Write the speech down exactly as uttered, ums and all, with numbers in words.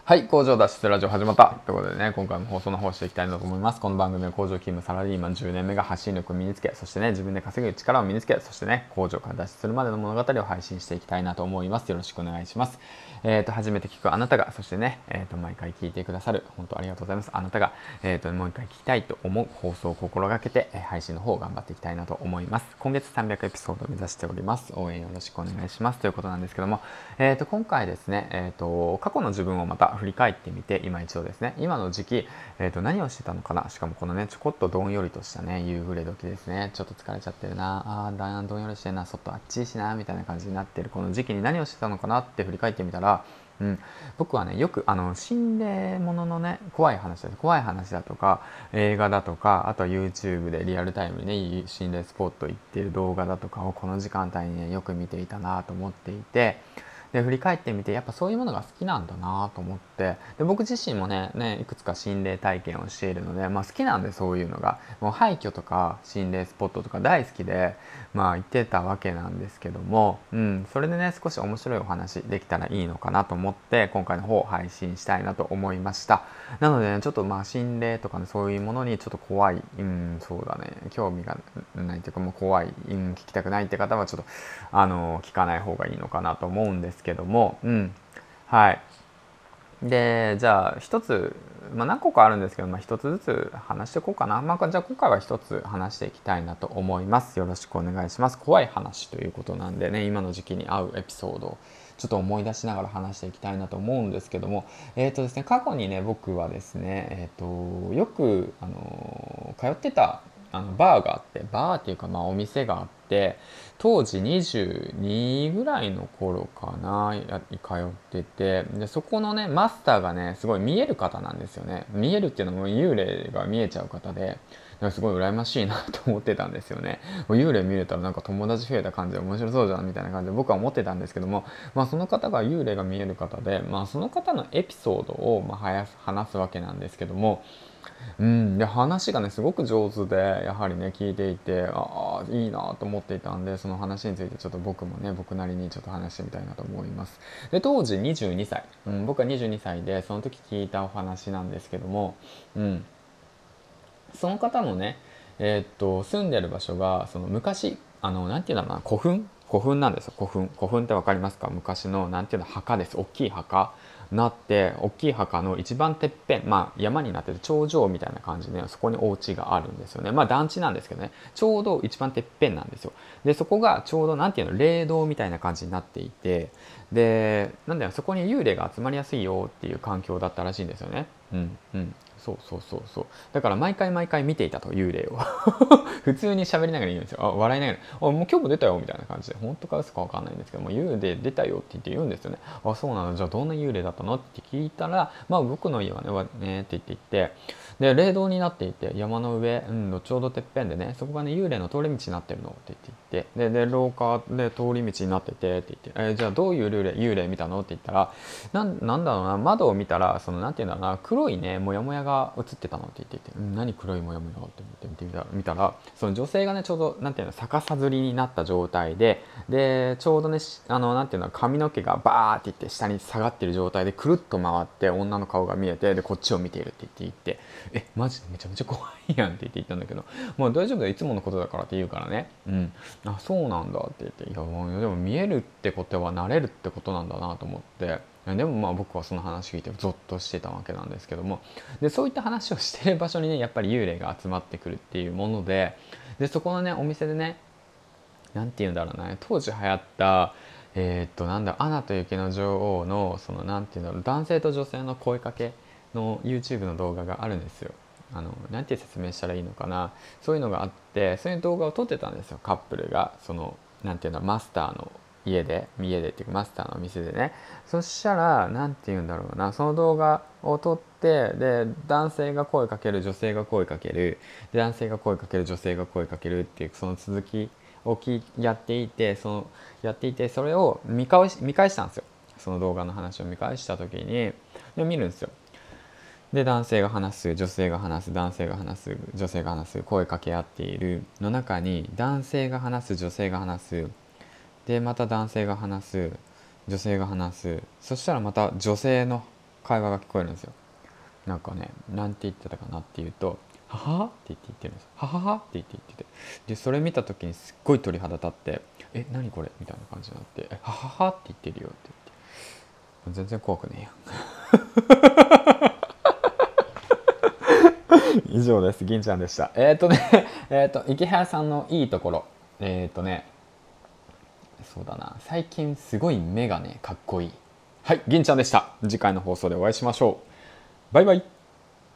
はい、工場脱出ラジオ始まったということでね、今回も放送の方していきたいなと思います。この番組は工場勤務サラリーマンじゅうねんめが発信力を身につけ、そしてね、自分で稼ぐ力を身につけ、そしてね、工場から脱出するまでの物語を配信していきたいなと思います。よろしくお願いします。えっ、ー、と、初めて聞くあなたが、そしてね、えっ、ー、と、毎回聞いてくださる、本当ありがとうございます。あなたが、えっ、ー、と、もう一回聞きたいと思う放送を心がけて、えー、配信の方を頑張っていきたいなと思います。今月さんびゃくエピソードを目指しております。応援よろしくお願いします。ということなんですけども、えっ、と、今回ですね、えっ、と、過去の自分をまた振り返ってみて、今一度ですね、今の時期、えー、と何をしてたのかな。しかもこのね、ちょこっとどんよりとしたね、夕暮れ時ですね。ちょっと疲れちゃってるな、あーだんどんよりしてるな、外あっちいしなみたいな感じになってるこの時期に何をしてたのかなって振り返ってみたら、うん、僕はね、よくあの心霊もののね、怖い話だと怖い話だとか映画だとか、あとは YouTube でリアルタイムにね、心霊スポット行ってる動画だとかをこの時間帯にね、よく見ていたなと思っていて、で振り返ってみて、やっぱそういうものが好きなんだなと思って、で僕自身もねねいくつか心霊体験をしているので、まあ、好きなんで、そういうのがもう廃墟とか心霊スポットとか大好きで、まあ行ってたわけなんですけども、うん、それでね少し面白いお話できたらいいのかなと思って今回の方を配信したいなと思いました。なのでね、ちょっとまあ心霊とかね、そういうものにちょっと怖い、うん、そうだね、興味がないというか、もう怖い、うん、聞きたくないって方はちょっとあの聞かない方がいいのかなと思うんですけども、うん、はい。で、じゃあ一つ、まあ、何個かあるんですけど、まあ、一つずつ話していこうかな。まあ、じゃあ今回は一つ話していきたいなと思います。よろしくお願いします。怖い話ということなんでね、今の時期に合うエピソードをちょっと思い出しながら話していきたいなと思うんですけども、えっ、ー、とですね、過去にね、僕はですね、えっ、ー、と、よく、あのー、通ってたあのバーがあって、バーっていうか、まあ、お店があって、当時にじゅうにぐらいの頃かな、通ってて、でそこのねマスターがねすごい見える方なんですよね。見えるっていうのも幽霊が見えちゃう方で、すごい羨ましいなと思ってたんですよね。幽霊見れたらなんか友達増えた感じで面白そうじゃんみたいな感じで僕は思ってたんですけども、まあ、その方が幽霊が見える方で、まあ、その方のエピソードをまあ話すわけなんですけども、うん、で話がねすごく上手で、やはりね聞いていて、ああいいなと思っていたんで、その話についてちょっと僕もね僕なりにちょっと話してみたいなと思います。で当時にじゅうにさい、うん、僕はにじゅうにさいでその時聞いたお話なんですけども、うん、その方のねえーっと住んでる場所がその昔、あのなんていうんだろうな、古墳古墳なんですよ。古墳古墳ってわかりますか？昔のなんていうの、墓です。大きい墓なって、大きい墓の一番てっぺん、まあ山になってて頂上みたいな感じで、そこにお家があるんですよね。まあ団地なんですけどね、ちょうど一番てっぺんなんですよ。でそこがちょうどなんていうの、霊道みたいな感じになっていて、でなんだよ、そこに幽霊が集まりやすいよっていう環境だったらしいんですよね。うんうん、そうそうそうそう。だから毎回毎回見ていたと、幽霊を普通に喋りながら言うんですよ。あ、笑いながら、あ、もう今日も出たよみたいな感じで、本当か嘘か分かんないんですけども、幽霊出たよって言って言うんですよね。あ、そうなの、じゃあどんな幽霊だったのって聞いたら、まあ僕の家はね、はねって言って言って、で霊道になっていて、山の上、うん、ちょうどてっぺんでね、そこがね幽霊の通り道になってるのって言って言って、でで廊下で通り道になっててって言って、えー、じゃあどういう幽霊幽霊見たのって言ったら、なんなんだろうな、窓を見たら、そのなんていうんだろうな、黒いねモヤモヤが映ってたのって言って言って、うん、何黒いモヤモヤって見て見てみたら、その女性がねちょうどなんていうの、逆さずりになった状態で、でちょうどね、あのなんていうの、髪の毛がバーっていって下に下がってる状態でくるっと回って女の顔が見えて、でこっちを見ているって言って言って、えマジでめちゃめちゃ怖いやんって言って言ったんだけど、もう大丈夫だよ、いつものことだからって言うからね、うん、あそうなんだって言って、いやもうでも見えるってことは慣れるってことなんだなと思って、でもまあ僕はその話聞いてゾッとしてたわけなんですけども、でそういった話をしてる場所にねやっぱり幽霊が集まってくるっていうもので、でそこのねお店でね、なんて言うんだろうな、当時流行ったえー、っとなんだ、アナと雪の女王のそのなんていうんだろう、男性と女性の声かけの YouTube の動画があるんですよ。あのなんて説明したらいいのかな、そういうのがあって、そういう動画を撮ってたんですよ、カップルが。そのなんていうの、マスターの家で、家でっていうかマスターの店でね。そしたらなんて言うんだろうな、その動画を撮って、で男性が声かける、女性が声かける、で男性が声かける、女性が声かけるっていう、その続きをきやっていて、そのやっていて、それを見返し見返したんですよ。その動画の話を見返した時に、で見るんですよ。で男性が話す、女性が話す、男性が話す、女性が話す、声かけ合っているの中に、男性が話す、女性が話す、でまた男性が話す、女性が話す、そしたらまた女性の会話が聞こえるんですよ。なんかね、なんて言ってたかなっていうと、はははって言って言ってるんですよ。はははって言って言ってて、でそれ見た時にすっごい鳥肌立って、え何これみたいな感じになって、えはははって言ってるよって言って、全然怖くねえや以上です。銀ちゃんでした。えっ、ー、とねえっと池原さんのいいところ、えっ、ー、とねそうだな、最近すごい目がねかっこいい。はい、銀ちゃんでした。次回の放送でお会いしましょう。バイバイ。